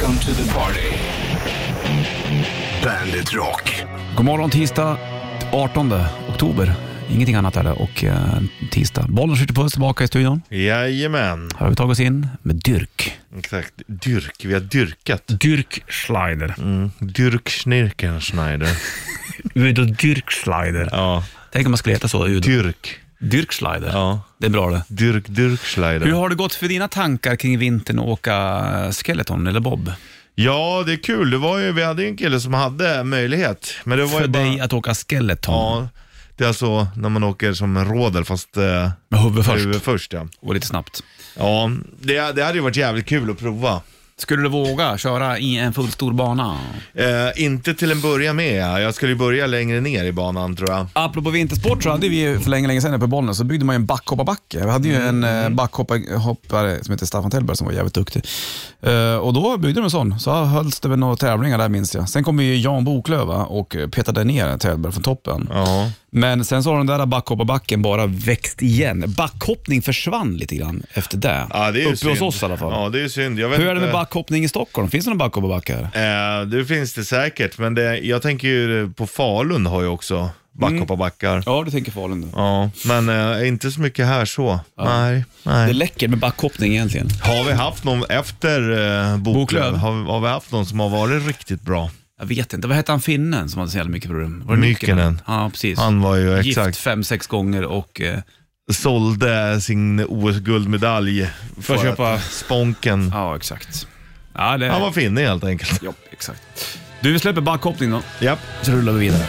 Welcome to the party. Bandit Rock. God morgon, tisdag 18 oktober. Ingenting annat är det. Och tisdag. Bollen skjuter på oss tillbaka i studion. Jajamän. Här har vi tagit oss in med Dyrk. Exakt, Dyrk, vi har dyrkat. Dyrk Schleider. Dyrk Schnirkenschneider. Udo Dyrk Schleider. Ja. Tänk om man skulle heta så, Udo. Dyrk. Dyrk Schleider. Ja. Det är bra det. Dyrk Schleider. Hur har det gått för dina tankar kring vintern och åka Skeleton eller Bob? Ja, det är kul. Det var ju, vi hade ju en kille som hade möjlighet. Men det var För ju bara... dig att åka Skeleton. Ja, det är alltså när man åker som en rådel fast med huvud först ja. Och lite snabbt. Ja, det hade ju varit jävligt kul att prova. Skulle du våga köra i en full stor bana? Inte till en början med. Jag skulle ju börja längre ner i banan tror jag. Apropå vintersport så hade vi för länge sedan på bollen så byggde man ju en backhoppa-backe. Vi hade ju en backhoppare som heter Staffan Tellberg som var jävligt duktig. Och då byggde de en sån. Så hölls det väl några tävlingar där minns jag. Sen kom ju Jan Boklöva och petade ner Tellberg från toppen. Ja. Men sen så har den där backhoppa-backen bara växt igen. Backhoppning försvann lite grann efter det. Ja, det är ju uppe synd. hos oss i alla fall. Ja, det är ju synd. Jag vet Hur är det med inte... backhoppning i Stockholm? Finns det någon backhoppa-backe här? Det finns det säkert, men jag tänker ju på Falun har ju också backhopparbackar. Ja, du tänker Falun då. Ja, men inte så mycket här så. Ja. Nej. Det läcker med backhoppning egentligen. Har vi haft någon efter Boklöv? Har vi haft någon som har varit riktigt bra? Jag vet inte, vad hette han finnen som hade så jävla mycket problem? Var det Mykkänen. Ja, precis. Han var ju exakt. Gift 5-6 gånger och... sålde sin OS-guldmedalj för att köpa sponken. Ja, exakt. Ja, det... Han var finne helt enkelt. Ja, exakt. Du, vi släpper backhoppning då. Japp. Så rullar vi vidare.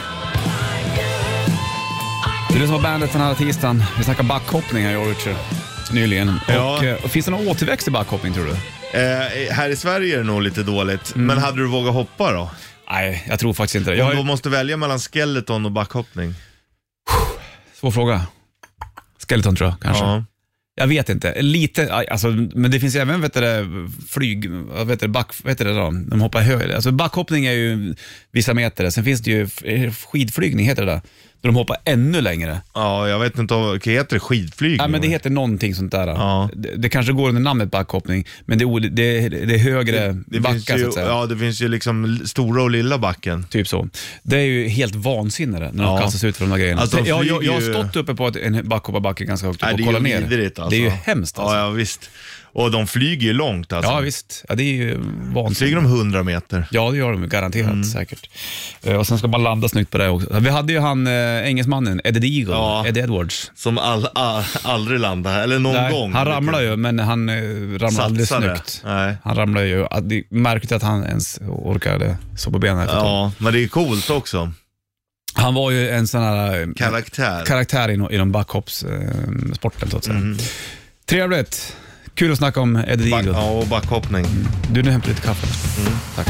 Det är det som var bandet för den här tisdagen. Vi snackar backhoppning här i Richard nyligen. Ja. Och finns det någon återväxt i backhoppning tror du? Här i Sverige är det nog lite dåligt. Men hade du vågat hoppa då? Nej, jag tror faktiskt inte det. Om du måste välja mellan skeleton och backhoppning. Svår fråga. Skeleton tror jag, kanske. Ja. Jag vet inte. Lite, alltså, men det finns ju även flyg, de hoppar högre. Alltså backhoppning är ju vissa meter. Sen finns det ju skidflygning heter det där. Där de hoppar ännu längre. Ja, jag vet inte om det heter skidflygning. Ja, men det heter någonting sånt där. Ja. Det kanske går under namnet backhoppning, men det är högre backar ju, så att säga. Ja, det finns ju liksom stora och lilla backen. Typ så. Det är ju helt vansinnigt när de kastas ut för de här grejerna. Alltså, jag har stått uppe på en backhoppa-backe ganska högt upp och kollat ner. Alltså. Det är ju hemskt alltså. Ja, visst. Och de flyger ju långt alltså. Ja, visst. Ja, det är ju vansinnigt. Flyger de 100 meter? Ja, det gör de garanterat säkert. Och sen ska man landa snyggt på det också. Vi hade ju han engelsmannen, Eddie Eagle, Eddie Edwards. Som aldrig landade, eller någon gång. Han ramlade ju, men han ramlade aldrig snyggt. Nej. Han ramlade ju. Det är märkligt att han ens orkade så på benen. Ja, men det är coolt också. Han var ju en sån här karaktär inom backhoppssporten så att säga. Trevligt. Kul att snacka om Eddie Eagle. Ja, och backhoppning. Du, nu hämtar lite kaffe. Tack.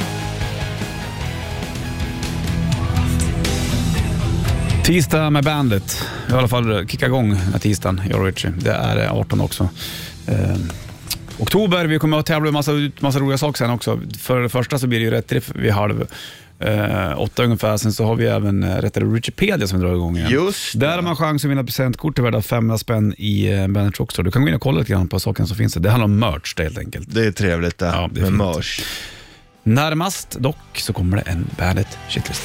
Tisdag med bandet. I alla fall kicka igång den här tisdagen, jag och Richie. Det är 18 också. Oktober, vi kommer att tävla massa roliga saker sen också. För det första så blir det ju rätt vid 7:30 ungefär. Sen så har vi även rättare Wikipedia som vi drar igång igen. Just det. Där har man chans att vinna presentkort till värda 500 spänn i Bandit Rockstore. Du kan gå in och kolla lite grann på sakerna som finns. Det handlar om merch det helt enkelt. Det är trevligt det, ja, det är med fint. merch. Närmast dock så kommer det en Bandit shitlist.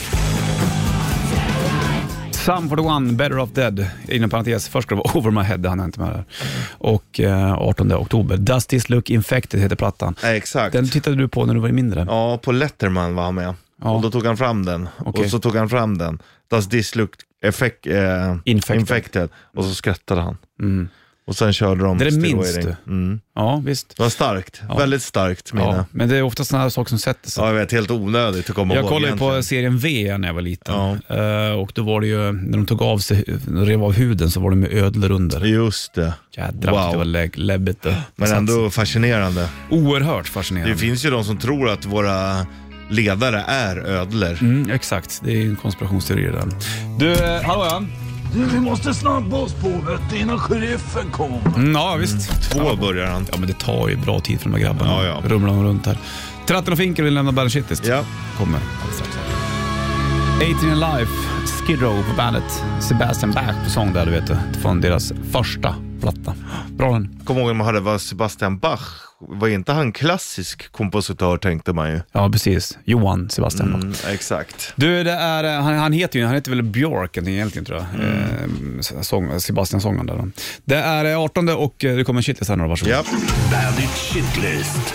Sum 41, Better Off Dead. Inom parentes, först ska det vara Over My Head, han är inte med där. Och 18 oktober, Does This Look Infected heter plattan. Exakt. Den tittade du på när du var mindre. Ja, på Letterman var han med. Ja. Och då tog han fram den. Okay. Och så tog han fram den. Does This Look Infected. Och så skrattade han. Och sen körde de det minns du. Ja, visst. Det var starkt, väldigt starkt minne. Ja, men det är ofta sådana här saker som sätter sig. Ja, jag vet, helt onödigt att komma ihåg. Jag kollade egentligen på serien V när jag var liten. Och då var det ju, när de tog av sig, rev av huden så var det med ödlor under. Just det. Jädrar, det var läbbigt det. Men ändå fascinerande. Oerhört fascinerande. Det finns ju de som tror att våra ledare är ödlor. Exakt, det är en konspirationsteori där. Du, hallå Jan. Vi måste snabba oss på innan sheriffen kommer. Ja, visst. 2 börjar han. Ja, men det tar ju bra tid för de här grabbarna. Ja. Rumlar de runt här. Tratten och Finker vill lämna Bandit Shitlist. Ja. Kommer alldeles strax. 18 in Life, Skid Row på bandet. Sebastian Bach på sång där, du vet du. Från deras första platta. Bra den. Kom ihåg att man hade var Sebastian Bach var inte han klassisk kompositör, tänkte man ju. Ja, precis. Johan Sebastian. Exakt. Du, det är, han heter väl Björk egentligen, tror jag. Sebastian-sångaren där. Det är 18 och det kommer en shitlist här nu, varsågod. Ja. Bandit Shitlist.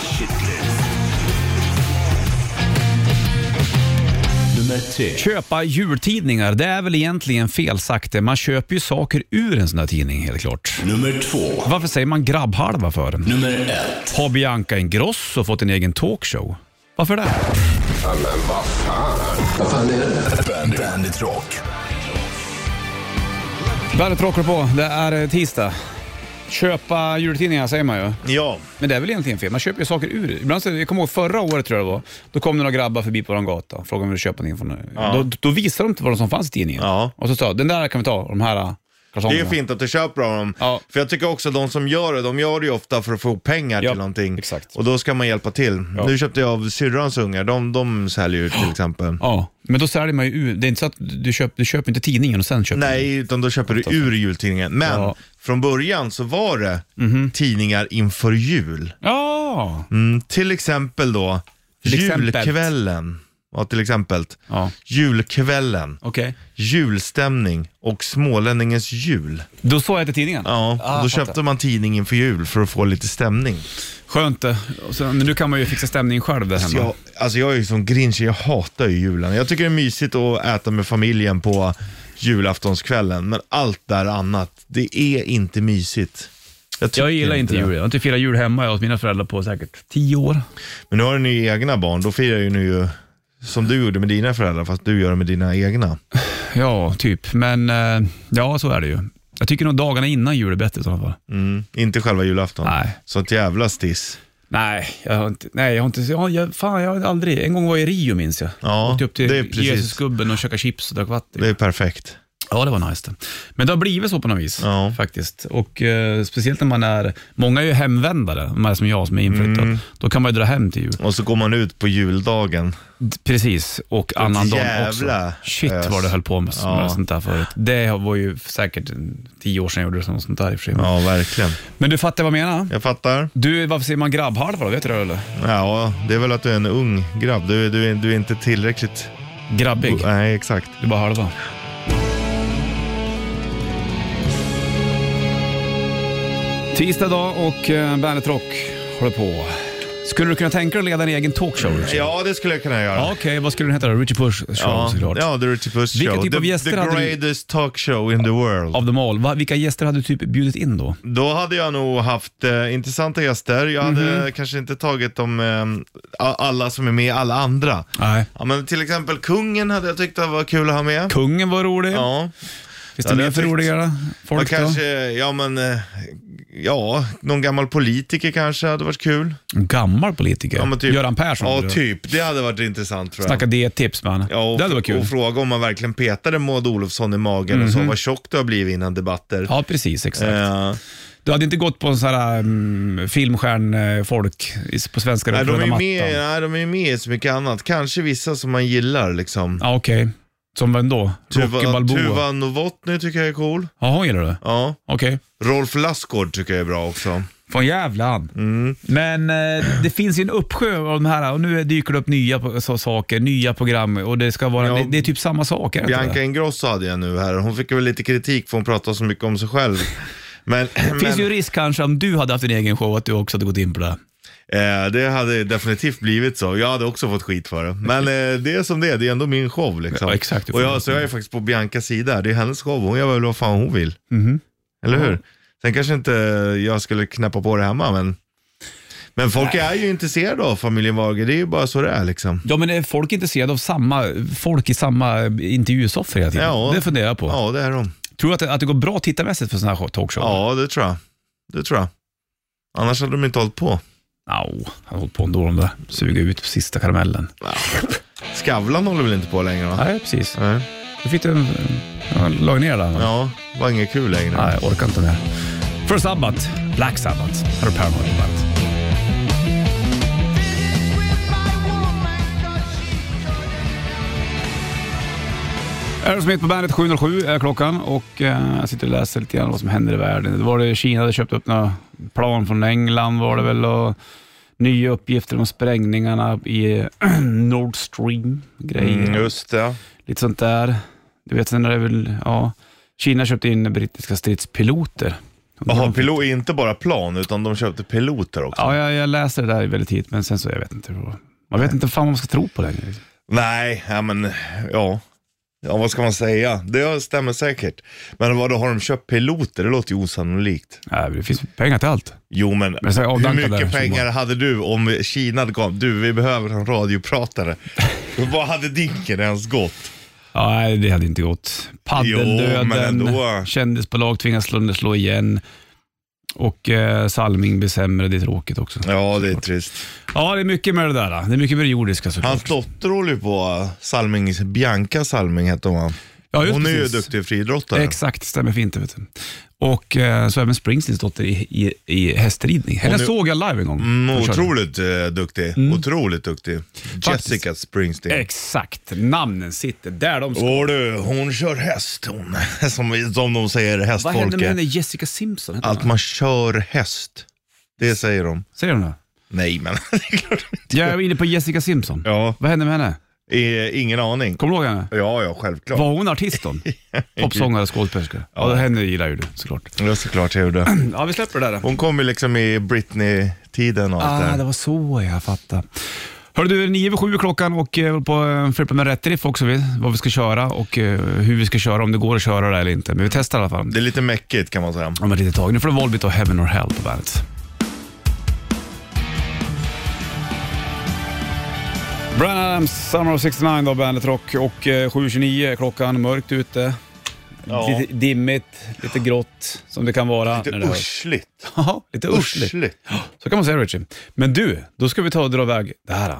Nummer 3. Köpa jultidningar, det är väl egentligen fel sagt. Man köper ju saker ur en sån här tidning, helt klart. Nummer 2. Varför säger man grabbhalva för? Nummer 1. Har Bianca Ingrosso fått en egen talkshow? Varför det? Ja, men vad fan är det? Bandit Rock. Bandet rockar på, det är tisdag. Köpa jultidningar säger man ju. Ja. Men det är väl egentligen fel. Man köper ju saker ur. Ibland så, jag kommer ihåg förra året, tror jag det var. Då kom det några grabbar förbi på en gata och frågade om vi ville köpa någonting från. Ja. Då visade de inte vad som fanns i tidningen. Ja. Och så sa den där kan vi ta, de här kalsongerna. Det är ju fint att du köper dem. Ja. För jag tycker också att de som gör det, de gör det ju ofta för att få pengar Ja, till någonting. exakt. Och då ska man hjälpa till. Ja. Nu köpte jag av syrrans ungar, de säljer ju till exempel. Ja, men då säljer man ju ur. Det är inte så att du köper inte tidningen och sen köper Nej, utan då köper du ur jultidningen. Men Ja. från början så var det tidningar inför jul. Ja. Till exempel då Till exempel. julkvällen. Ja, till exempel. Ja. Julkvällen, Okej. julstämning och smålänningens jul. Då såg jag till tidningen. Ja, och då köpte man tidning inför jul för att få lite stämning. Skönt det. Och så, men nu kan man ju fixa stämning själv där hemma. Jag är ju som Grinch, jag hatar ju julen. Jag tycker det är mysigt att äta med familjen på julaftonskvällen, men allt där annat, det är inte mysigt. Jag gillar inte jul. Jag har inte firat jul hemma. Jag har hos mina föräldrar på säkert 10 år. Men nu har ni ju egna barn, då firar ju ni ju som du gjorde med dina föräldrar, fast du gör det med dina egna. Ja, typ. Men ja, så är det ju. Jag tycker nog dagarna innan jul är bättre i sådana fall. Inte själva julafton. Nej. Så ett jävla stiss. Nej, jag har aldrig. En gång var jag i Rio, minns jag. Ja, åkte upp till det är precis. Jesusgubben och käkade chips och drack vatten. Det är perfekt. Ja, det var nice det. Men det har blivit så på något vis, Ja. faktiskt. Och speciellt när man är, många är ju hemvändare, de här som jag som är inflyttad. Då kan man ju dra hem till jul. Och så går man ut på juldagen. Precis, och annan dag jävla också. Shit ös. vad det höll på med sånt där förut. Det var ju säkert 10 år sedan jag gjorde sånt där i och för sig. Ja, verkligen. Men du fattar vad jag menar? Jag fattar. Du, varför säger man grabbhalva då? Vet du det eller? Ja, det är väl att du är en ung grabb. Du är inte tillräckligt... Grabbig? Nej, exakt. Du är bara halva. Tisdag dag och Bandet Rock håller på. Skulle du kunna tänka dig att leda en egen talkshow? Richard? Ja, det skulle jag kunna göra. Ja, okej, vad skulle den heta då? Richie Push Show, såklart. Ja, The Richie Puss Vilka Show. typ av gäster the hade du- greatest talk show in the world. Av dem all. Vilka gäster hade du typ bjudit in då? Då hade jag nog haft intressanta gäster. Jag hade kanske inte tagit alla som är med, alla andra. Nej. Ja, men till exempel kungen hade jag tyckt det var kul att ha med. Kungen var rolig. Ja. Finns Ja, det det mer för har jag roligare folk Och kanske, någon gammal politiker kanske hade varit kul. då? En gammal politiker? Ja, men typ- Göran Persson? Ja, eller? typ. Det hade varit intressant, tror jag. Snacka D-tips man. Ja, Det hade varit kul. och fråga om man verkligen petade Maud Olofsson i magen och så vad tjock du har blivit innan debatter. Ja, precis, exakt. Eh, Du hade inte gått på en sån här filmstjärnfolk på svenska nej, de röda är mattan? de är med i så mycket annat. Kanske vissa som man gillar liksom. Ja, okej. Som vem då? Rocky Balboa? Tuva Novotny tycker jag är cool. Jaha, gillar du? Ja. Okej. Rolf Lassgård tycker jag är bra också. Fan jävlar. Men det finns ju en uppsjö av de här och nu dyker det upp nya saker, nya program och det ska vara, Ja. det är typ samma sak. Är det inte Bianca det? Ingrosso hade jag nu här. Hon fick väl lite kritik för hon pratar så mycket om sig själv. Men, Finns ju risk kanske om du hade haft en egen show att du också hade gått in på det. det hade definitivt blivit så. Jag hade också fått skit för det. Men det är som det är ändå min show liksom. Ja, exakt. Och så jag är faktiskt på Biancas sida. Det är hennes show. Hon gör väl vad fan hon vill. Eller hur? Sen kanske inte jag skulle knäppa på det hemma, men folk är ju intresserade av familjen Wager. Det är ju bara så det är liksom. Ja, men är folk intresserade av samma folk i samma intervjusoffer hela tiden? Ja. Det funderar jag på. Ja, det är de. Tror du att det går bra tittarmässigt för sådana här talkshow? Ja, det tror jag. Annars hade de inte hållit på. Han har hållit på ändå, de där. Suga ut sista karamellen. Skavlan håller väl inte på längre, va? Nej, precis. Nej. Du fick lag ner den. Ja, var inget kul längre. Nej, jag orkar inte mer. För Sabbath, Black Sabbath, här är Paramount på bandet. Aerosmith på bandet 707 är klockan och jag sitter och läser lite grann vad som händer i världen. Det var det Kina hade köpt upp några plan från England var det väl och nya uppgifter om sprängningarna i Nord Stream grejer. Just det. Lite sånt där. Du vet sen är det väl Kina köpte in brittiska stridspiloter. Jaha, inte bara plan utan de köpte piloter också. Ja, jag läser det där väldigt tidigt men sen så jag vet inte. Man vet inte fan vad man ska tro på det. Nej, men vad ska man säga? Det stämmer säkert. Men vad då har de köpt piloter? Det låter ju osannolikt. Nej, det finns pengar till allt. Jo, men hur mycket pengar hade du om Kina gav? Vi behöver en radiopratare. Vad hade dinken ens gått? Ja, nej, det hade inte gått. Paddeldöden, kändisbolag tvingas slå igen. Och Salming blir sämre, det är tråkigt också. Ja, det är trist. Ja, det är mycket med det där. Det är mycket med det jordiska såklart. Hans dotter håller ju på Salming, Bianca Salming heter hon. Ja, hon precis. är ju duktig friidrottare. Exakt, stämmer fint. Vet du. Och så även Springsteens dotter i hästridning. Henne såg jag live en gång. Otroligt duktig. Otroligt duktig. Faktiskt. Jessica Springsteen. Exakt, namnen sitter där de ska. Och du, hon kör häst hon. Som de säger hästfolket. Vad hände med henne Jessica Simpson? Att man kör häst. Det säger de. Säger de det? Nej, men det är klart de inte. Jag är inne på Jessica Simpson. Ja. Vad hände med henne? Ingen aning. Kommer du ihåg henne? Ja, självklart. Var hon artist då? Popsångare, skådespelerska. Ja, det henne gillar ju du såklart. Ja, såklart jag gjorde. Ja, vi släpper det där. Hon kom ju liksom i Britney-tiden och allt det. Det var så jag fattar. Hörru du, 9:07 klockan och på flippa med rätt riff också vad vi ska köra och hur vi ska köra, om det går att köra det eller inte. Men vi testar i alla fall. Det är lite mäckigt kan man säga. Om ett litet tag. Nu får du Volbeat och Heaven or Hell på bandet. Bryan Adams, Summer of 69 då, Bandet Rock och 7:29 klockan, mörkt ute. Ja. Lite dimmigt, lite grått som det kan vara. Lite ursligt. Ja, lite ursligt. Så kan man säga, Richie. Men du, då ska vi ta och dra iväg det här.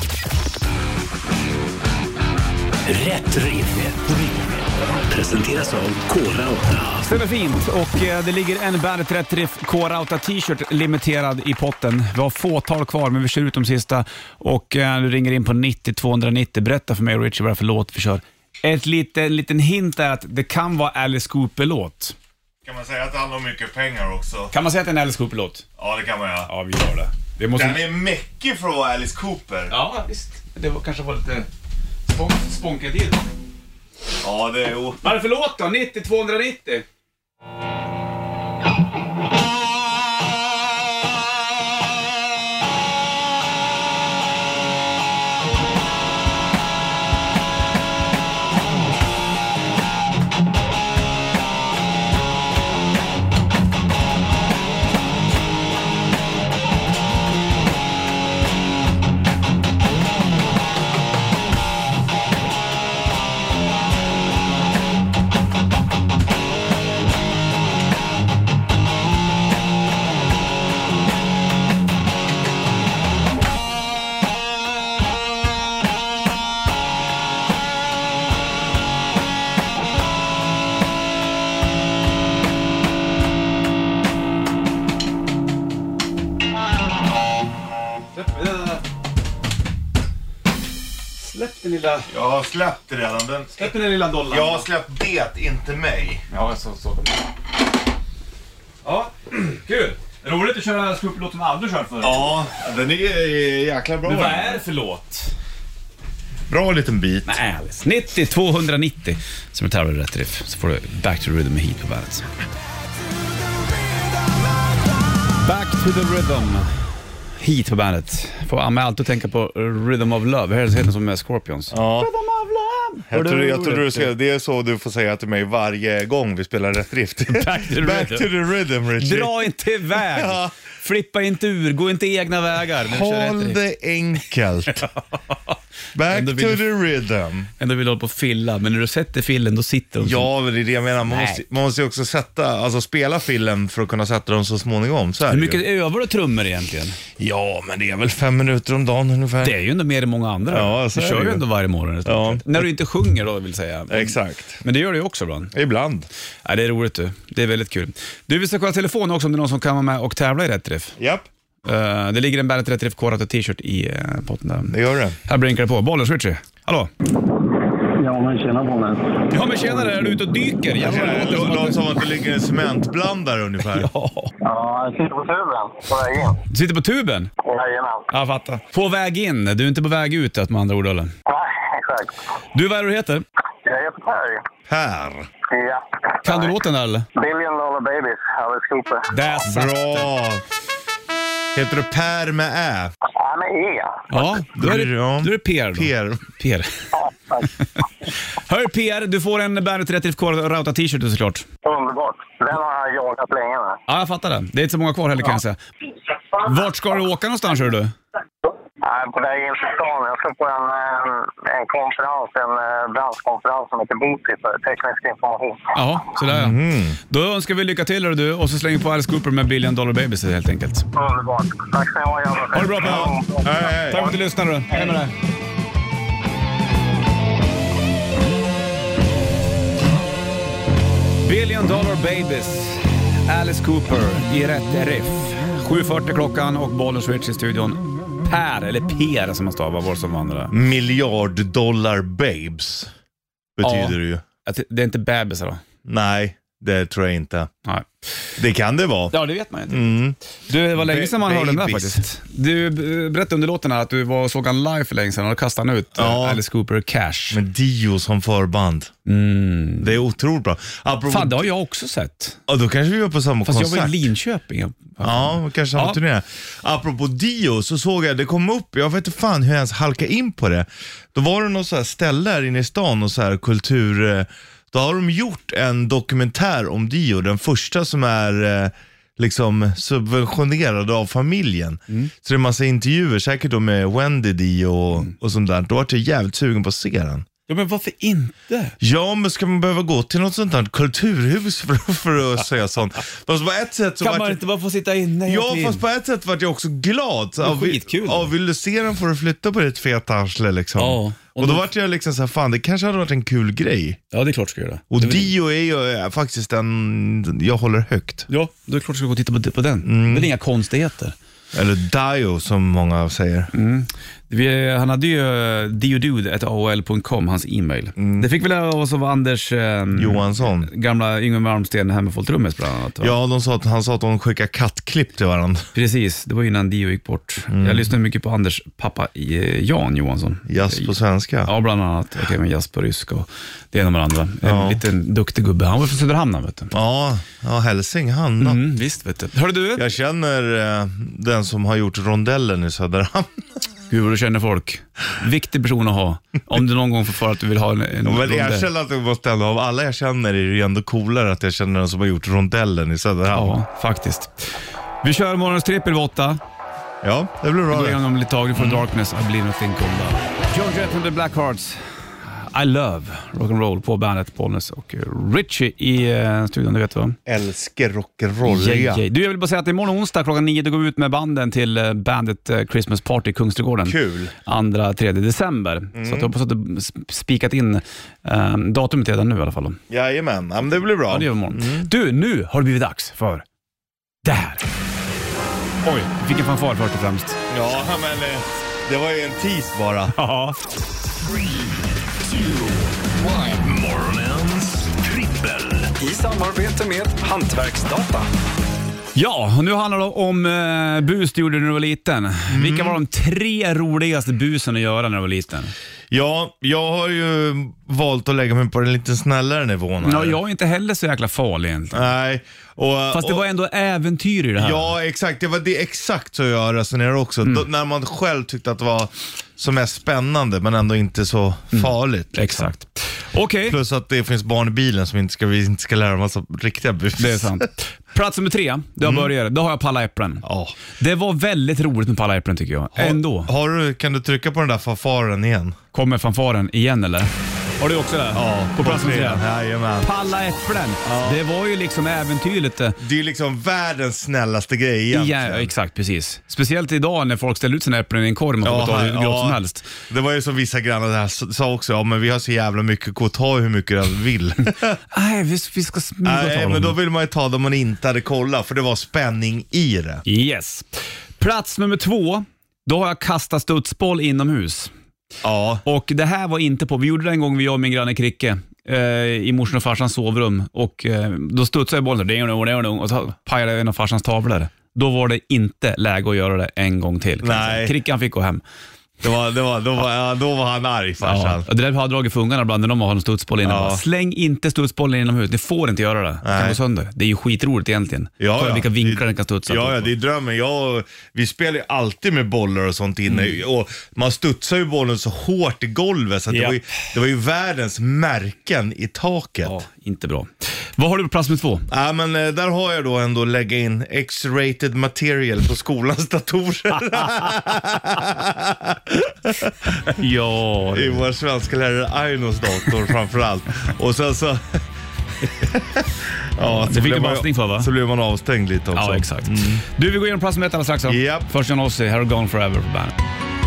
Rätt riff. Presenteras av K-Rauta. Stämmer fint och det ligger en Bandet Rätt Riff K-Rauta t-shirt limiterad i potten. Vi har fåtal kvar men vi kör ut de sista och du ringer in på 90-290. Berätta för mig, Richie, vad det är för låt vi kör. En liten hint är att det kan vara Alice Cooper-låt. Kan man säga att det handlar om mycket pengar också? Kan man säga att det är en Alice Cooper-låt? Ja, det kan man göra. Ja, vi gör det. Den är mäckig för att vara Alice Cooper. Ja, visst. Det var kanske lite spånket till. Ja, det är ju... Vad är det för låt då? 90-290? Släpp den lilla... Jag har släppt det redan. Släpp den lilla dollarn. Jag har släppt det, inte mig. Ja, så. Ja, kul. Roligt att köra en Cooper-låt som aldrig kört förut. Ja, den är jäkla bra. Men vad är det för låt? Bra liten bit. Nej, Alice. 90-290 som är tävlar i rätt riff. Så får du Back to the Rhythm med Heat på bandet. Back to the Rhythm. Heat på bandet. Får alltid tänka på Rhythm of Love. Här är det som med Scorpions. Ja. Rhythm of Love. Jag tror du ska, det är så du får säga till mig varje gång vi spelar rätt riff. Back to the rhythm, Richie. Dra inte iväg. Ja. Flippa inte ur. Gå inte egna vägar. Håll det enkelt. Back to the rhythm. Ändå vill hålla på att filla. Men när du sätter fillen, då sitter de. Ja, det är det jag menar. Man måste ju också spela fillen för att kunna sätta dem så småningom. Så hur mycket övar du trummor egentligen? Ja, men det är väl 5 minuter om dagen ungefär. Det är ju ändå mer än många andra. Ja, så du är kör det ju ju ändå varje morgon. Ja. När du inte sjunger då, vill säga. Exakt. Men det gör du ju också ibland. Ibland. Ja, det är roligt du. Det är väldigt kul. Du, vi ska kolla telefonen också om det är någon som kan vara med och tävla i rätt riff. Japp. Det ligger en Bandet Rätt Riff K-Rauta t-shirt i potten där. Det gör det. Här blinkar det på. Bollen, Richie. Hallå? Ja, men tjena Bollnäs. Ja, men tjena, är du ute och dyker? Det låter som att det ligger en cementblandare ungefär. Ja. Ja, jag sitter på tuben. På väg in. Du sitter på tuben? Jajamän. Ja, fattar. På väg in, du är inte på väg ut med andra ord, eller? Nej, exakt. Du, vad är det du heter? Jag heter Per. Per. Ja. Kan du låten där, eller? Billion Dollar Babies, Alice Cooper. Där satt det. Bra. Heter du Per med Ä? Ja, med E. Ja, då är det Per då. Per. Ja, tack. Hör Per, du får en Bandet Rätt Riff Rauta t-shirt såklart. Underbart. Den har jag jagat länge nu. Ja, jag fattar det. Det är inte så många kvar heller kan jag säga. Vart ska du åka någonstans, hör du? Jag är på väg in till stan. Jag ska på en konferens, en branschkonferens som heter BOTI för teknisk information. Ja, sådär ja. Då önskar vi lycka till, du, och så slänger på Alice Cooper med Billion Dollar Babies helt enkelt. Underbart. Tack ska ni ha. Ha det bra, Per. Hej. Tack för att du lyssnade. Hej med dig. Billion Dollar Babies, Alice Cooper i rätt riff. 7:40 klockan och bollen switch i studion. Per, eller Per som man stavar, var som vandrar. $1 dollar babes betyder det ju. Det är inte bebisar då? Nej, det tror jag inte. Nej. Det kan det vara. Ja, det vet man inte. Du, det var länge sedan man hörde den där faktiskt. Du berättade under låten här att du var såg han live för länge sedan och då kastade han ut Alice Cooper Cash. Med Dio som förband. Det är otroligt bra. Fan, det har jag också sett. Ja, då kanske vi var på samma Fast konsert. jag var i Linköping. Ja, kanske samma turné. Apropå Dio så såg jag, det kom upp, jag vet inte fan hur jag ens halkade in på det. Då var det något så här ställe här inne i stan och så här kultur. Då har de gjort en dokumentär om Dio, den första som är liksom subventionerad av familjen. Så det är en massa intervjuer, säkert då med Wendy Dio och sånt där. Då var jag jävligt sugen på att se den. Ja, men varför inte? Ja, men ska man behöva gå till något sånt här kulturhus för att säga sånt? Fast på ett sätt så kan man inte bara få sitta inne? Ja, fast på ett sätt var jag också glad. Det är skitkul. Ja, vill du se den får du flytta på ditt feta arsle liksom. Ja. Och då var jag liksom så här, fan det kanske hade varit en kul grej. Ja, det är klart ska jag göra. Och Dio är ju faktiskt en jag håller högt. Ja, då är det klart ska gå och titta på den. Det är inga konstigheter. Eller Dio som många säger. Han hade ju diodude@aol.com, hans e-mail. Det fick väl av oss av Anders Johansson, gamla Yngve Malmsten hemma på Trummes bland annat. Ja, han sa att de skickade kattklipp till varandra. Precis, det var innan Dio gick bort. Jag lyssnade mycket på Anders pappa Jan Johansson. Jazz på svenska. Ja, bland annat. Jag kan jazz på ryska och det ena med andra. En liten duktig gubbe. Han var från Söderhamn, vet du. Ja, Hälsing, han då. Visst, vet du. Hörde du? Jag känner den som har gjort rondellen i Söderhamn. Gud vad du känner folk. Viktig person att ha. Om du någon gång får för att du vill ha en men jag känner att jag måste ändå, av alla jag känner är det ändå coolare att jag känner den som har gjort rondellen i Söderhamn. Ja, faktiskt. Vi kör morgonens trippel 8. Ja, det blir bra. Gå igenom lite tag för Darkness, I Believe Nothing Cold. John Jett and the Blackhearts, I Love Rock'n'Roll på bandet Bollnäs och Richie i studion, du vet vad? Älskar rock'n'roll. Du, jag vill bara säga att imorgon onsdag klockan 9 då går vi ut med banden till bandet Christmas Party i Kungsträdgården. Kul. 2-3 december. Så jag hoppas att du spikat in datumet redan nu i alla fall. Jajamän, men det blir bra. Ja, det gör vi imorgon. Du, nu har det blivit dags för det här. Oj, vilken fanfar först och främst. Ja, men det var ju en tease bara. Ja. 3, 2, 1. Morgonens trippel. I samarbete med Hantverksdata. Ja, och nu handlar det om bus du gjorde när du var liten. Vilka var de 3 roligaste busen att göra när du var liten? Ja, jag har ju valt att lägga mig på den lite snällare nivån. Ja, jag är inte heller så jäkla farlig egentligen. Nej. Fast det var ändå äventyr i det här. Ja, exakt. Det var det exakt så jag resonerar också. Då, när man själv tyckte att det var som mest spännande men ändå inte så farligt. Liksom. Exakt. Okay. Plus att det finns barn i bilen som vi inte ska lära en massa riktiga bus. Det är sant. Plats nummer 3, det har börjat. Då har jag Palla äpplen. Ja. Det var väldigt roligt med Palla äpplen tycker jag. Ändå. Kan du trycka på den där fanfaren igen? Kommer fanfaren igen eller? Har du också det? Ja, på plats nummer 3. Jajamän. Palla äpplen. Ja. Det var ju liksom äventyrligt. Det är ju liksom världens snällaste grej egentligen. Ja, exakt, precis. Speciellt idag när folk ställer ut sina äpplen i en korg och får ta hur gott som helst. Det var ju som vissa grannar där sa också, ja men vi har så jävla mycket, gå och ta hur mycket du vill. Nej, vi ska smyga ta dem. Nej, men då vill man ju ta dem man inte hade kollat, för det var spänning i det. Yes. Plats nummer 2, då har jag kastat studsboll inomhus. Ja. Och det här var inte på, vi gjorde det en gång, jag och min granne Kricke i morsan och farsans sovrum, och då studsade bollen och så pajade en av farsans tavlor. Då var det inte läge att göra det en gång till. Nej. Krickan fick gå hem. Då var han arg, farsan. Ja, det där har dragit fungarna ibland när de har en studsboll inne. Ja. Släng inte studsbollen inomhus, det får inte göra det. Det kan gå sönder. Det är ju skitroligt egentligen. Kolla vilka vinklar den kan studsa. Ja, det är drömmen. Vi spelar ju alltid med bollar och sånt inne. Och man studsar ju bollen så hårt i golvet så att det var ju världens märken i taket. Ja, inte bra. Vad har du på plats med 2? Ja, men där har jag då ändå lägga in X-rated material på skolans datorer. Ja. I vår svenska lärare Ainos dator framförallt. Och sen så... ja, det fick du bastning för, va? Så blev man avstängd lite också. Ja, exakt. Du, vi går igenom plats med 1 alldeles strax. Yep. Först John Ossie, här har Gone Forever på bandet.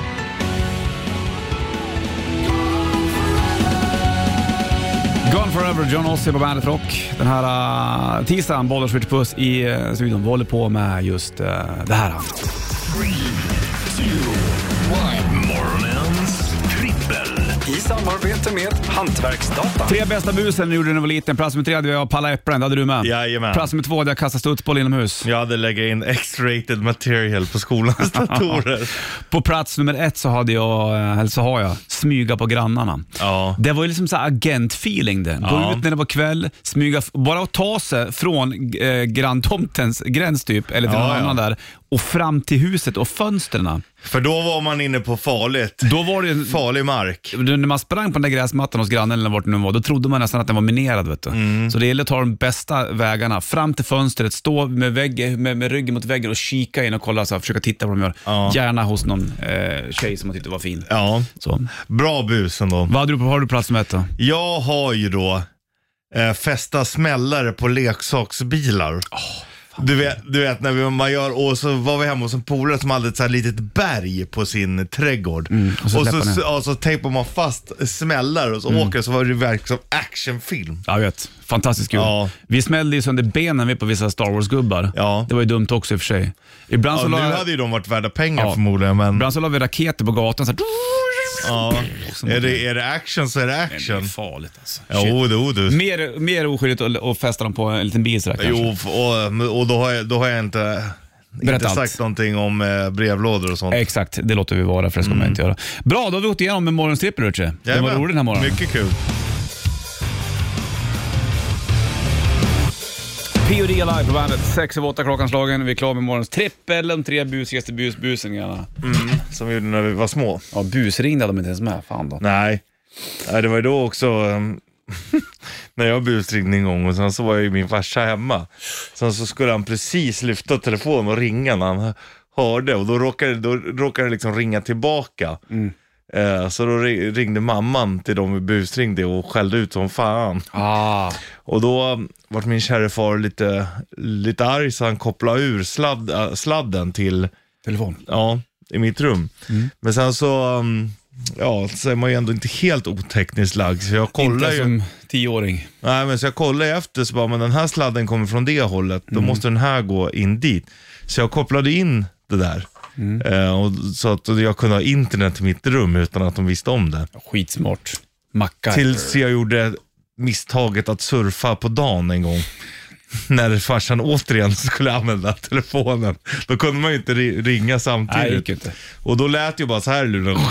Gone Forever, John Ossie på Bandet Rock. Den här tisdagen, Bollers Switch Puss i studion. Vi håller på med just det här. 3, 2, 1. Morgonens trippel. I samarbete med Hantverksdata. 3 bästa busen gjorde när du var liten. Plats med 3 hade jag Palla Äpplen, det hade du med. Jajamän. Plats med 2 hade jag kastat studsboll inomhus. Jag hade lägga in X-rated material på skolans datorer. På plats nummer 1 så hade så har jag smyga på grannarna. Ja. Det var ju liksom så här agent-feeling det. Gå ut när det var kväll, smyga, bara att ta sig från granntomtens gräns typ, eller till någon annan där, och fram till huset och fönsterna. För då var man inne på Då var det farlig mark. när man sprang på den där gräsmattan hos grannen eller vart det nu var, då trodde man nästan att den var minerad, vet du. Så det gäller att ta de bästa vägarna fram till fönstret, stå med ryggen mot väggen och kika in och kolla, så här, försöka titta på vad de gör. Ja. Gärna hos någon tjej som man tyckte var fin. Ja, Så. bra bus ändå. Vad har du plats med då? Jag har ju då fästa smällare på leksaksbilar. Du vet när man gör, och så var vi hemma hos en polare som hade ett så här litet berg på sin trädgård. Och så tejpar man fast smällar och så åker, så var det verkligen som actionfilm. Jag vet, fantastiskt kul. Ja. Vi smällde ju sönder benen på vissa Star Wars-gubbar. Ja. Det var ju dumt också i och för sig. Ibland så Nu hade ju de varit värda pengar förmodligen, men... Ibland så la vi raketer på gatan så här. Ja. Är det action så är det action. Det är farligt alltså. Jo, du. Mer oskyldigt att fästa dem på en liten bil sådär kanske. Jo, och då har jag inte sagt någonting om brevlådor och sånt. Exakt, det låter vi vara, för det ska man inte göra. Bra, då har vi gått igenom med morgonens trippel, Richie. Det var roligt den här morgonen. Mycket kul. P.O.D. live på bandet, 6:08 klockan slagen. Vi är klara med morgonens trippel, de 3 busigaste busingarna. Som vi gjorde när vi var små. Ja, busringde de inte ens med, fan då. Nej, det var ju då också när jag busringde en gång, och sen så var ju min farsa hemma. Sen så skulle han precis lyfta telefonen och ringa när han hörde, och då råkade det liksom ringa tillbaka. Så då ringde mamman till dem vi busringde och skällde ut som fan. Och då var min kära far lite arg, så han kopplade ur sladden till telefon. Ja, i mitt rum. Men sen så så är man ju ändå inte helt otekniskt lagd, så jag kollar inte som 10-åring. Nej, men så jag kollar efter, så bara, men den här sladden kommer från det hållet, då måste den här gå in dit. Så jag kopplade in det där. Och så att jag kunde ha internet i mitt rum utan att de visste om det. Skitsmart. Macka. Tills jag gjorde misstaget att surfa på dagen en gång. När farsan återigen skulle använda telefonen. Då kunde man ju inte ringa samtidigt. Nej, gick inte. Och då lät ju bara så här.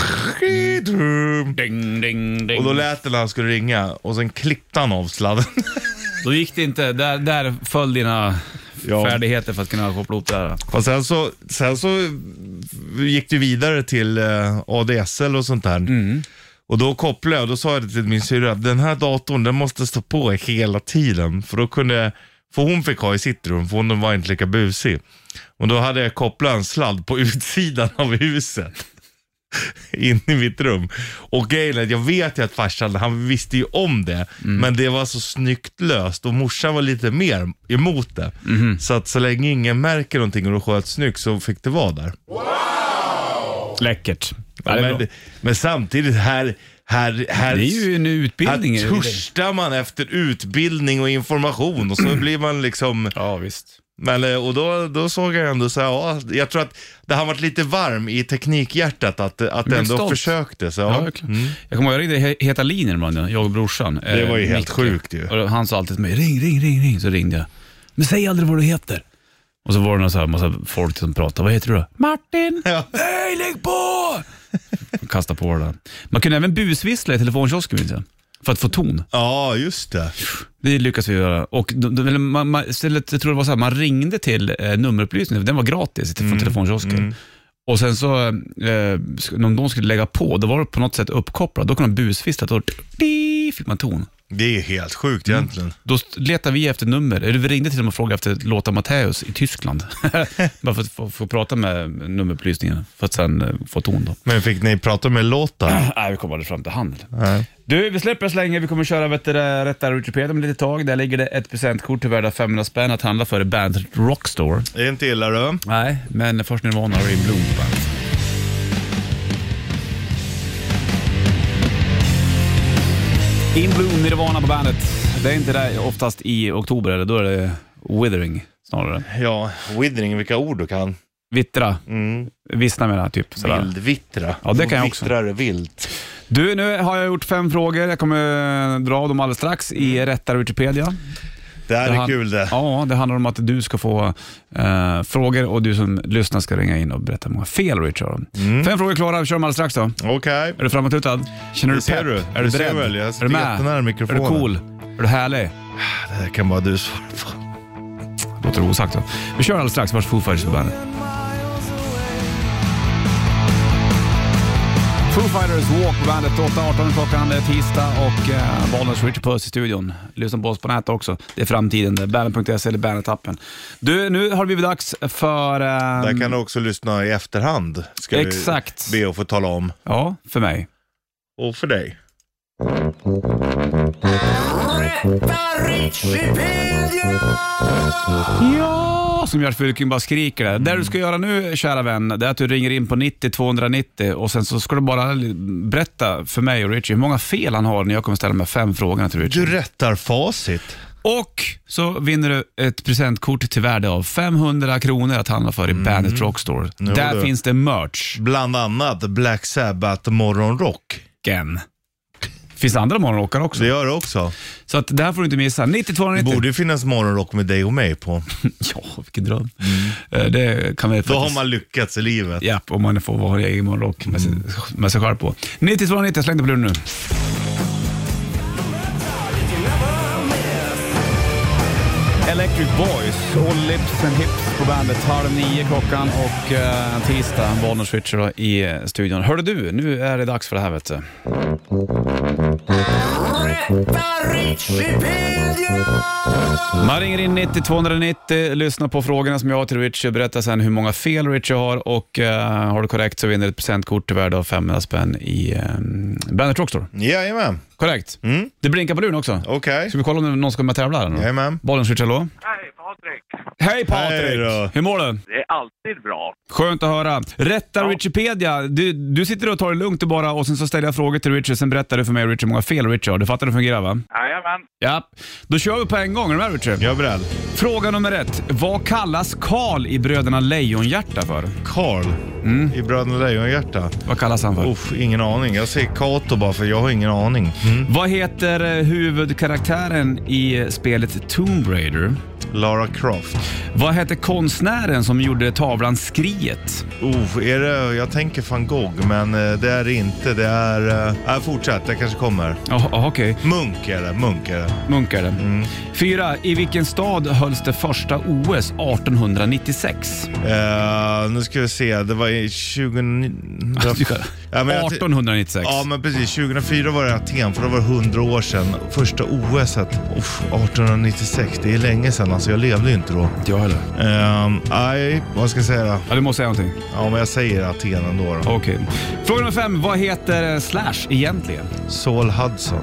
Ding, ding, ding. Och då lät det när han skulle ringa. Och sen klippte han av sladden. Då gick det inte. Där föll dina färdigheter för att kunna koppla upp det här. Och sen så gick det vidare till ADSL och sånt där. Och då kopplade jag, och då sa jag till min syrra att den här datorn, den måste stå på hela tiden. För hon fick ha i sitt rum, för hon var inte lika busig. Och då hade jag kopplat en sladd på utsidan av huset. In i mitt rum. Och grejen är, jag vet ju att farsan, han visste ju om det. Men det var så snyggt löst. Och morsan var lite mer emot det. Så att så länge ingen märker någonting och det sköt snyggt, så fick det vara där. Wow! Läckert. Men samtidigt här det är ju en utbildning. Här törstar man efter utbildning och information, och så blir man liksom... Ja, visst. Men, och då såg jag ändå så här, ja, jag tror att det har varit lite varm i teknikhjärtat att ändå stolt. försökte. Så, Ja, jag kommer ihåg att jag ringde Heta linjen ibland, jag och brorsan. Det var ju helt Micke. sjukt ju. Och han sa alltid till mig, ring, så ringde jag. Men säg aldrig vad du heter. Och så var det en massa folk som pratade, vad heter du då? Martin! Ja. Nej, lägg på! Kasta på det där. Man kunde även busvissla i telefonkiosken, minns jag, för att få ton. Ja, just det. Det lyckas vi göra. Och istället, jag tror det var så här, man ringde till nummerupplysningen, den var gratis från telefonkiosken. Och sen så, om de skulle lägga på, då var det på något sätt uppkopplat. Då kunde man busvissla, då fick man ton. Det är helt sjukt egentligen. Då letar vi efter nummer. Vi ringde till dem och frågade efter låta Matteus i Tyskland. Bara för att få prata med nummerupplysningen, för att sen få ton då. Men fick ni prata med låtar? Nej, vi kom aldrig fram till handel. Nej. Du, vi släpper så länge. Vi kommer köra rätta Wikipedia om lite tag. Där ligger det ett presentkort till värda 500 spänn att handla för i Bandet Rockstore. Det är inte illa då. Nej, men först Nirvana och In Bloom på bandet. In Bloom, Nirvana på bandet. Det är inte det oftast i oktober, eller då är det Withering snarare. Ja, Withering, vilka ord du kan. Vittra. Vissna menar typ. Sådär. Vildvittra. Ja, det kan jag också. Vittrar är vilt. Du, nu har jag gjort 5 frågor. Jag kommer dra dem alldeles strax i rätta Wikipedia. Det här är kul det. Ja, det handlar om att du ska få frågor och du som lyssnar ska ringa in och berätta många fel, Richard. 5 frågor klara, vi kör dem alldeles strax då. Okej. Är du framåtlutad? Känner du Det ser pepp? du. Är du Det ser beredd? väl. Jag Är sitter du med? jättenära mikrofonen. Är du cool? Är du härlig? Det här kan bara du svara på. Låter det osagt då. Vi kör alldeles strax, vars Foo Fighters på bandet. Foo Fighters Walk på bandet, 8:18 klockan, det är tisdag och Bollnäs Richard Puss i studion. Lyssna på oss på nätet också, det är framtiden, det är bandet.se eller bandet-appen. Du, nu har det blivit dags för... Där kan du också lyssna i efterhand. Ska Exakt. vi be att få tala om. Ja, för mig. Och för dig. Ja, som Gert Fylking bara skriker där. Det du ska göra nu, kära vän, det är att du ringer in på 90-290 och sen så ska du bara berätta för mig och Richie hur många fel han har när jag kommer ställa med 5 frågorna till Richie. Du rättar facit. Och så vinner du ett presentkort till värde av 500 kronor att handla för i Bandet Rockstore. Där finns det merch. Bland annat Black Sabbath morgonrock. Finns andra morgonrockar också. Det gör det också. Så att det här får du inte missa. 90-290. Det borde ju finnas morgonrock med dig och mig på. Ja, vilken dröm. Det kan vi faktiskt... Då har man lyckats i livet. Ja, om man får vara egen morgonrock med sig själv på. 90-290, släng det på luren nu. Electric Boys, All Lips and Hips på bandet, 8:30 klockan och tisdag, Bollnäs Switcher i studion. Hörde du, nu är det dags för det här, vet du. Man ringer in 90-290, lyssnar på frågorna som jag har till Richard, berättar sen hur många fel Richard har och har du korrekt så vinner du ett presentkort till värde av 500 spänn i Bandet Rockstore. Jajamän. Korrekt. Det blinkar på luren också. Okej. Ska vi kolla om någon ska med tävla här nu? Jajamän. Bollen switch, hallå? Hej Patrik. Hej Patrik! Hej då. Hur mår du? Det är alltid bra. Skönt att höra. Rätta Wikipedia. Du sitter och tar det lugnt och bara och sen så ställer jag frågor till Richard. Sen berättar du för mig och Richard hur många fel Richard. Du fattar hur det fungerar, va? Jajamän. Ja. Då kör vi på en gång. Är du med, Richard? Jag är beredd. Fråga nummer 1. Vad kallas Karl i Bröderna Lejonhjärta för? Karl i Bröderna Lejonhjärta. Vad kallas han för? Ingen aning. Jag säger Kato bara för jag har ingen aning. Vad heter huvudkaraktären i spelet Tomb Raider? Lara Croft. Vad heter konstnären som gjorde tavlan Skriet? Är det, jag tänker van Gogh, men det är det inte. Det är... fortsätt, det kanske kommer. Okej. Munk är det. Munk är det. 4. I vilken stad hölls det första OS 1896? Nu ska vi se, det var i 1896. Ja, men precis. 2004 var det Aten, för då var det 100 år sedan. Första OS-et, 1896, det är länge sedan. Alltså jag levde ju inte då. Inte jag heller. Nej, vad ska jag säga då? Ja, du måste säga någonting. Ja, men jag säger Aten ändå då. Okej. Fråga nummer 5. Vad heter Slash egentligen? Saul Hudson.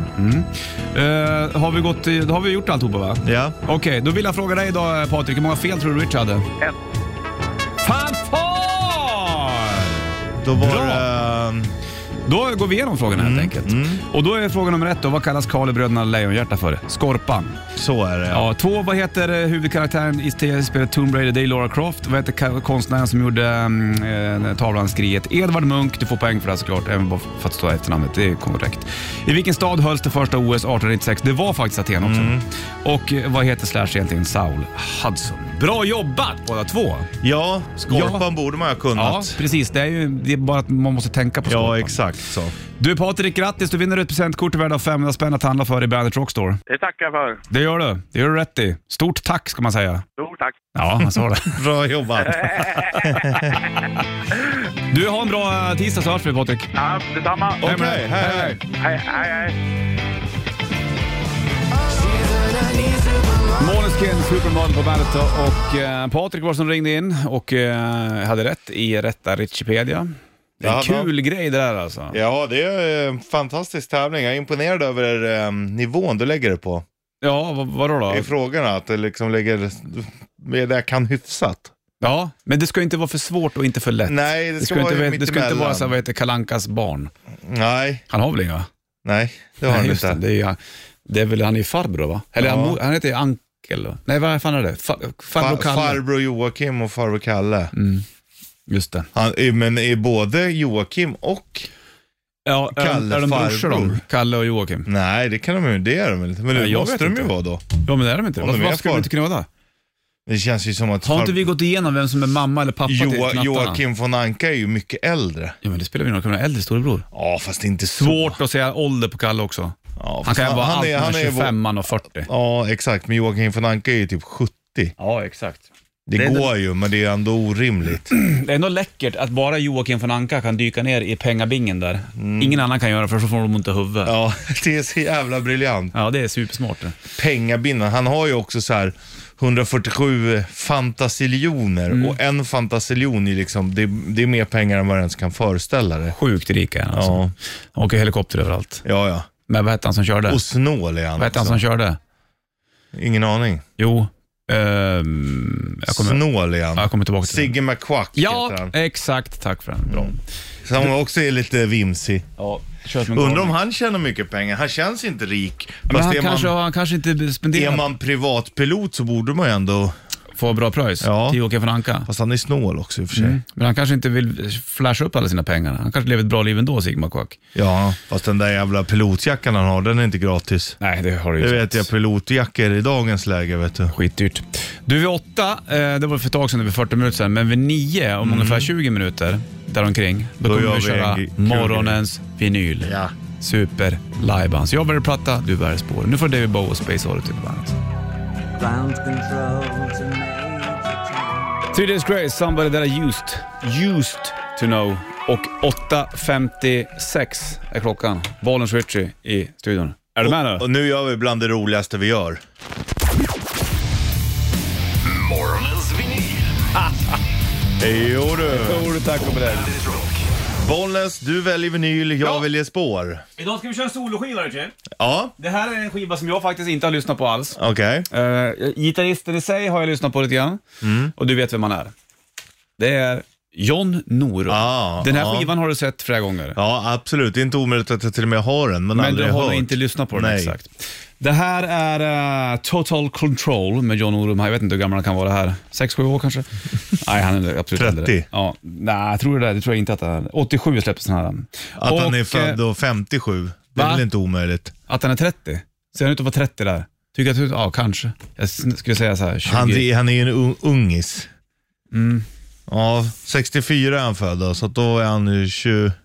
Har vi gjort alltihopa, va? Ja. Okej, då vill jag fråga dig då, Patrik. Hur många fel tror du Rich hade? 1. Fanfar! Då var Bra. det Då går vi igenom frågorna helt enkelt. Och då är fråga nummer 1 då, vad kallas Karl i Bröderna Lejonhjärta för? Skorpan. Så är det. Ja, 2, vad heter huvudkaraktären i spelet Tomb Raider? Det är Lara Croft. Vad heter konstnären som gjorde tavlan Skriet? Edvard Munch, du får poäng för det såklart, även bara för att stå efternamnet, det är korrekt. I vilken stad hölls det första OS 1896? Det var faktiskt Aten också. Och vad heter Slash egentligen? Saul Hudson. Bra jobbat båda två. Ja, Skorpan borde man ha kunnat. Ja, precis. Det är bara att man måste tänka på Skorpan. Ja, exakt så. Du Patrik, grattis. Du vinner ett presentkort värda 500 spänn att handla för i Bandet Rockstore. Det tackar jag för. Det gör du. Det gör du rätt i. Stort tack ska man säga. Stort tack. Ja, man sa det. Bra jobbat. Du har en bra tisdag så hörs vi, Patrik. Ja, detsamma. Okej, hej. Hej. Måneskin, Supermodel på bandet och Patrik var som ringde in och hade rätt i rätta Richipedia. Det är en kul grej det där alltså. Ja, det är en fantastisk tävling. Jag är imponerad över nivån du lägger det på. Ja, vadå då? I frågorna, att du liksom lägger med det kan hyfsat. Ja, men det ska inte vara för svårt och inte för lätt. Nej, det ska vara det ska inte vara så, vad heter Kalankas barn. Nej. Han har väl inga? Nej, det har han just inte. Det är väl, han är ju farbror va? Eller han heter Ankel då. Nej, vad fan är det? Farbror Kalle. Farbror Joakim och farbror Kalle. Just det. Men är både Joakim och Kalle är de farbror? brorsor de? Kalle och Joakim? Nej, det kan de ju, det är de inte. Men det måste de ju vara då. Ja, men det är de inte. Varför skulle de inte kunna vara där? Det känns ju som att... Har inte vi gått igenom vem som är mamma eller pappa till knattarna? Joakim von Anka är ju mycket äldre. Ja, men det spelar ju någon roll. Kan vara äldre storebror. Ja, fast inte så. Svårt att säga ålder på Kalle också. Ja, han kan ju vara allt mellan 25 och 40. Ja, exakt. Men Joakim von Anka är ju typ 70. Ja, exakt. Det går ju, men det är ändå orimligt. Det är ändå läckert att bara Joakim von Anka kan dyka ner i pengabingen där. Ingen annan kan göra, för så får de inte huvudet. Ja, det är så jävla briljant. Ja, det är supersmart. Pengabinnan, han har ju också så här 147 fantasiljoner och en fantasiljon är liksom, det är mer pengar än vad man ens kan föreställa det. Sjukt rika alltså. Ja. Han åker helikopter överallt. Ja. Men vad hette han som körde? Och snål är han. Vad hette han som körde? Ingen aning. Jo. Snål är han. Jag kommer tillbaka till Sigge McQuack heter han. Exakt. Tack för den. Bra. Så han också är lite vimsig. Ja. Undrar om han tjänar mycket pengar. Han känns inte rik. Men han kanske inte spenderar. Är man privatpilot så borde man ju ändå få bra pröjs till Joakim von Anka. Fast han är snål också i och för sig. Men han kanske inte vill flasha upp alla sina pengar. Han kanske lever ett bra liv ändå, Sigmar Quack. Ja, fast den där jävla pilotjackan han har, den är inte gratis. Nej, det har du ju. Det vet jag, pilotjackor i dagens läge, vet du. Skitdyrt. Du, vid 8, det var för ett tag sedan, det var 40 minuter sedan, men vid 9 om ungefär 20 minuter däromkring, då kommer vi köra morgonens vinyl. Ja. Super livebands. Jag väljer platta, du väljer spår. Nu får David Bowie och Space Oddity på bandet. 3 Days Grace, Somebody That I Used to Know. Och 8.56 är klockan. Bollens Richie i studion. Är du med nu? Och nu gör vi bland det roligaste vi gör. Morgonens vinyl. Jo du. Tack för det. Bollnäs, du väljer vinyl, jag väljer spår. Idag ska vi köra en soloskiva, Richie. Ja. Det här är en skiva som jag faktiskt inte har lyssnat på alls. Okej. Gitarristen i sig har jag lyssnat på lite grann. Och du vet vem man är. Det är Jon Norum. Den här skivan har du sett flera gånger. Ja, absolut. Det är inte omöjligt att jag till och med har den, men aldrig du har hört. inte lyssnat på den. Nej. Exakt. Det här är Total Control med Jon Norum. Jag vet inte hur gammal han kan vara här. 6-7 år kanske? Nej, han är absolut 30. äldre. Ja, nej, jag tror det tror jag inte att han är. 87 släpptes den här. Att han är född då 57. Det är väl inte omöjligt. Att han är 30? Ser han ut att vara 30 där? Tycker jag att ja, kanske. Jag skulle säga så här 20. Han är ju en ungis. Ja, 64 är han född då, så då är han ju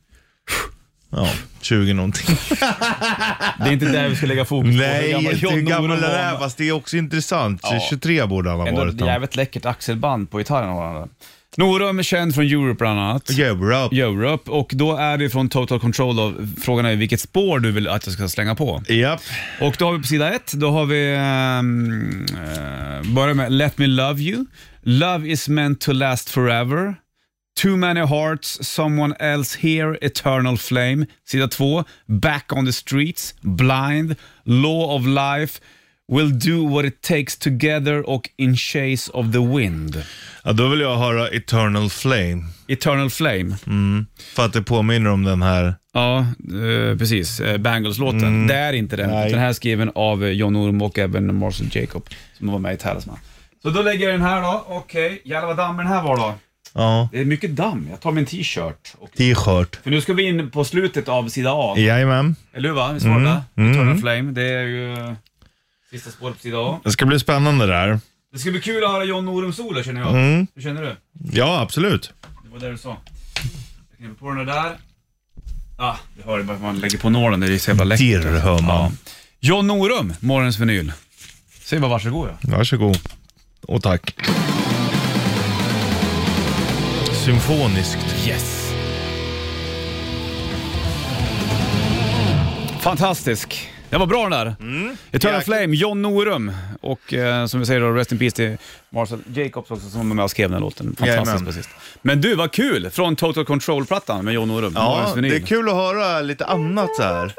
20 någonting. Det är inte där vi ska lägga fokus på. Nej, hur gammal är det? Fast det är också intressant. 23 borde han ha varit. Det är jävligt läckert axelband på gitarren har han. Norum är känd från Europe bland annat. Europe. Och då är det från Total Control då. Frågan är vilket spår du vill att jag ska slänga på. Japp. Och då har vi på sida 1, då har vi börjar med Let Me Love You. Love is meant to last forever. Too many hearts, someone else here, eternal flame. Sida 2, Back on the streets, Blind, Law of life, Will do what it takes together och In Chase of the Wind. Ja, då vill jag höra Eternal Flame. Eternal Flame. För att det påminner om den här. Ja, precis. Bangles-låten. Det är inte den. Nej. Den här är skriven av John Norum och även Marcel Jacob som var med i Talisman. Så då lägger jag den här då. Okej, jävlar vad damm den här var då. Ja, Det är mycket damm. Jag tar min t-shirt. t-shirt. För nu ska vi in på slutet av sida A. Jajamän. Eller hur va? Vi svarade. Eternal Flame. Det är ju sista spåret på sida A. Det ska bli spännande där. Det ska bli kul att höra John Norum solo, känner jag. Hur känner du? Ja, absolut. Det var det du sa. Jag knäpper på den där. Du hör bara man lägger på nålen. Det är så jävla läckert. Dirr hör man. John Norum, morgonens vinyl. Säg bara varsågod. Ja. Varsågod. Och tack. Symfoniskt. Yes. Fantastisk. Det var bra den där. Eternal Flame, John Norum. Och som vi säger då, rest in peace till Marcel Jacobs också som var med och skrev den här låten. Fantastiskt precis. Men du, vad kul. Från Total Control-plattan med John Norum. Ja, det är kul att höra lite annat så här.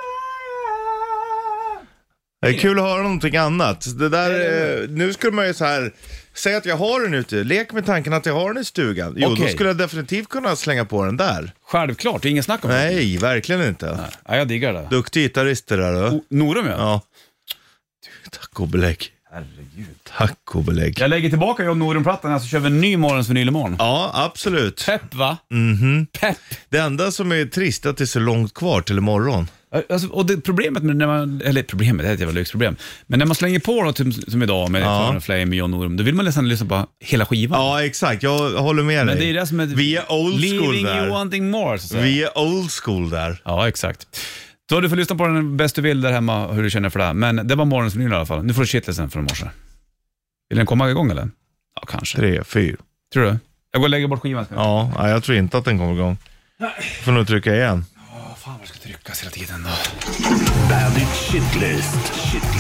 Det är kul att höra någonting annat. Det där, nu skulle man ju så här säga att jag har den ute. Lek med tanken att jag har den i stugan. Jo, Okej. då skulle jag definitivt kunna slänga på den där. Självklart, det är ingen snack om det. Nej, verkligen inte. Ja, jag diggar det. Duktig gitarrist det där då. Norum, ja. Ja. Tack och belägg. Herregud. Tack och belägg. Jag lägger tillbaka John Norum-plattan så kör vi en ny morgons vinyl imorgon. Ja, absolut. Pepp, va? Pepp. Det enda som är trist är att det är så långt kvar till imorgon. Alltså, och det problemet med när man, eller problemet, det är ett jävla lyxproblem, men när man slänger på något som idag med Eternal Flame med John Norum, då vill man nästan lyssna på hela skivan. Ja, exakt. Jag håller med dig. Men det är det som är Vi är old school leaving där. you wanting more, så att säga. Vi är old school där. Ja, exakt. Så du får lyssna på den bäst du vill där hemma, hur du känner för det här. Men det var morgonens vinyl i alla fall. Nu får du shitlisten från morse. Vill den komma igång eller? Ja, kanske. 3, 4. Tror du? Jag går och lägger bort skivan. Ja, jag tror inte att den kommer igång. Får nog trycka igen. Fan vad ska tryckas hela tiden då. Bandit Shitlist.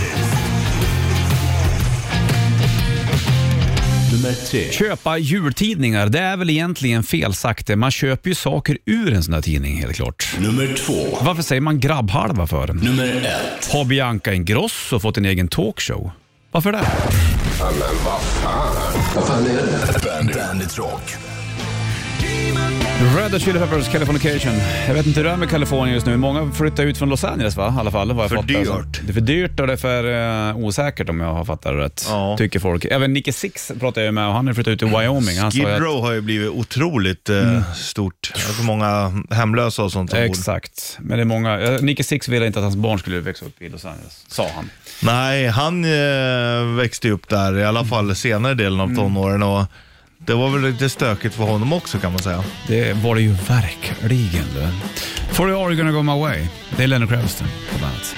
Nummer 3. Köpa jultidningar, det är väl egentligen fel sagt. Man köper ju saker ur en sån här tidning, helt klart. Nummer 2. Varför säger man grabbhalva för den? Nummer 1. Har Bianca Ingrosso fått en egen talkshow? Varför det? Ja, men vad fan är det? Bandit Rock. Red Hot Chili Peppers, Californication. Jag vet inte hur det är med Kalifornien just nu. Många flyttar ut från Los Angeles, va? I alla fall. Vad jag För fattar. dyrt. Det är för dyrt och det är för osäkert, om jag har fattat rätt. Ja. Tycker folk. Även Nicky Six pratar jag med och han har flyttat ut till Wyoming. Han sa Skid att, Row har ju blivit otroligt stort. Alltså många hemlösa och sånt. exakt. Men det är många. Nicky Six ville inte att hans barn skulle växa upp i Los Angeles, sa han. Nej, han växte upp där i alla fall senare delen av tonåren och det var väl lite stökigt för honom också, kan man säga. Det var det ju verkligen. For you are gonna go my way. Det är Lenny Kravitz på bandet.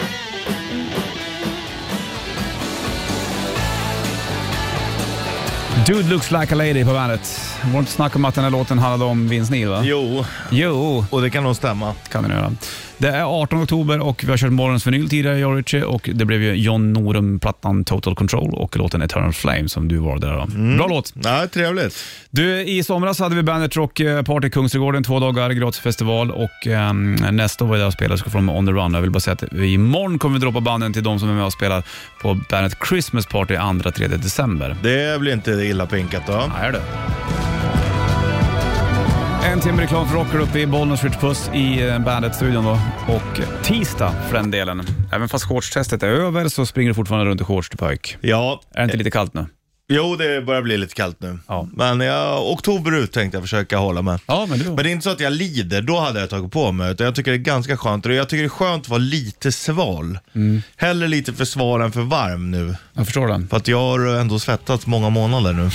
Dude looks like a lady på bandet. Var inte snacka om att den här låten handlade om Vince Neil, va? Jo. Och det kan nog stämma. Kan den göra. Det är 18 oktober och vi har kört morgons vinyl tidigare, jag och Richie, och det blev ju John Norum-plattan Total Control och låten Eternal Flame som du var där då. Bra låt. Ja, trevligt. Du, i somras hade vi Bandit Rock Party i Kungsträdgården, 2 dagar, gratisfestival, och nästa år var jag där och spelade, ska från On the Run. Jag vill bara säga att vi imorgon kommer vi droppa banden till de som är med och spelar på Bandit Christmas Party 2-3 december. Det blir inte illa pinkat då. Ja, är det. En timme reklam för Rocker uppe i Bollnäs Rich Puss i Bandet-studion då. Och tisdag för den delen. Även fast shortstestet är över så springer du fortfarande runt i shorts till pojk. Ja. Är det inte lite kallt nu? Jo, det börjar bli lite kallt nu. Ja. Men oktober ut tänkte jag försöka hålla med. Ja, men Men det är inte så att jag lider, då hade jag tagit på mig. Utan jag tycker det är ganska skönt. Och jag tycker det är skönt att vara lite sval. Hellre lite för sval än för varm nu. Jag förstår den. För att jag har ändå svettats många månader nu.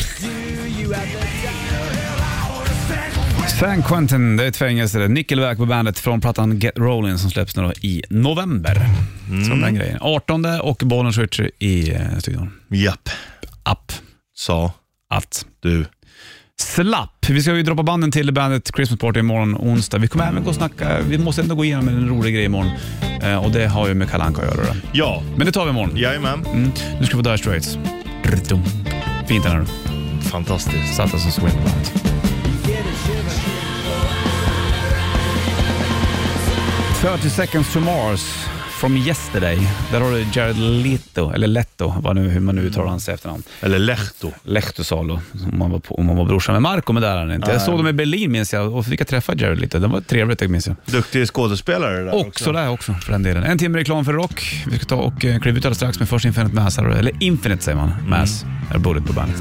San Quentin, det är ett fängelse. Nickelback på bandet från plattan Get Rollin' som släpps nu då i november. Som den grejen. 18 och Bollnäs Rich i studion. Japp. App. Sa Att. du. Slapp. Vi ska ju droppa banden till Bandet Christmas Party imorgon onsdag. Vi kommer även gå och snacka. Vi måste ändå gå igenom en rolig grej imorgon. Och det har ju med Kalle Anka att göra. Ja. Men det tar vi imorgon. Jajamän. Nu ska vi få Dire Straits. Fint den här. Fantastiskt. Satt som swing på bandet. 30 Seconds to Mars. From Yesterday. Där har du Jared Leto, eller Leto, hur man nu uttalar hans efternamn. Eller Lehto. Lehto Salo, om man var brorsan med Marco, men där han inte. Jag såg dem i Berlin, minns jag, och fick jag träffa Jared Leto. Det var trevligt, minns jag. Duktig skådespelare där också. Där också, för den delen. En timme reklam för rock. Vi ska ta och kliva ut alldeles strax med först Infinite Mass, eller Infinite säger man, Mass, är Bullet på bandet.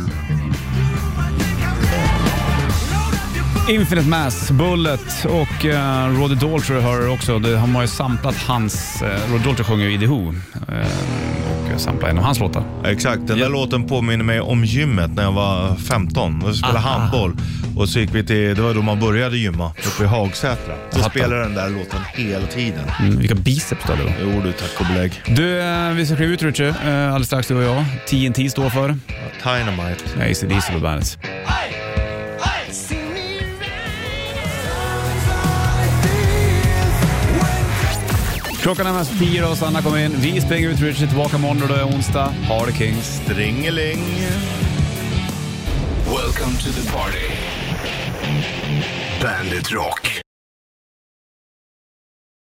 Infinite Mass, Bullet och Roddy Daltrey har också, han har ju samplat hans, Roddy Daltrey sjunger ju i The Who och samplat en av hans låtar. Exakt, den där låten påminner mig om gymmet när jag var 15 och spelade handboll, och så gick vi till, det var då man började gymma uppe i Hagsätra. Då spelade den där låten hela tiden. Vilka biceps då? Jo du, tack och belägg. Du, vi ska kliva ut, Richard, alldeles strax, du och jag. TNT står för Dynamite. Nej, AC/DC på bandet. Klockan är mest 10 och Sanna kommer in. Vi springer ut, Richard tillbaka måndag, då är onsdag. Hardy Kings. Stringeling. Welcome to the party. Bandit Rock.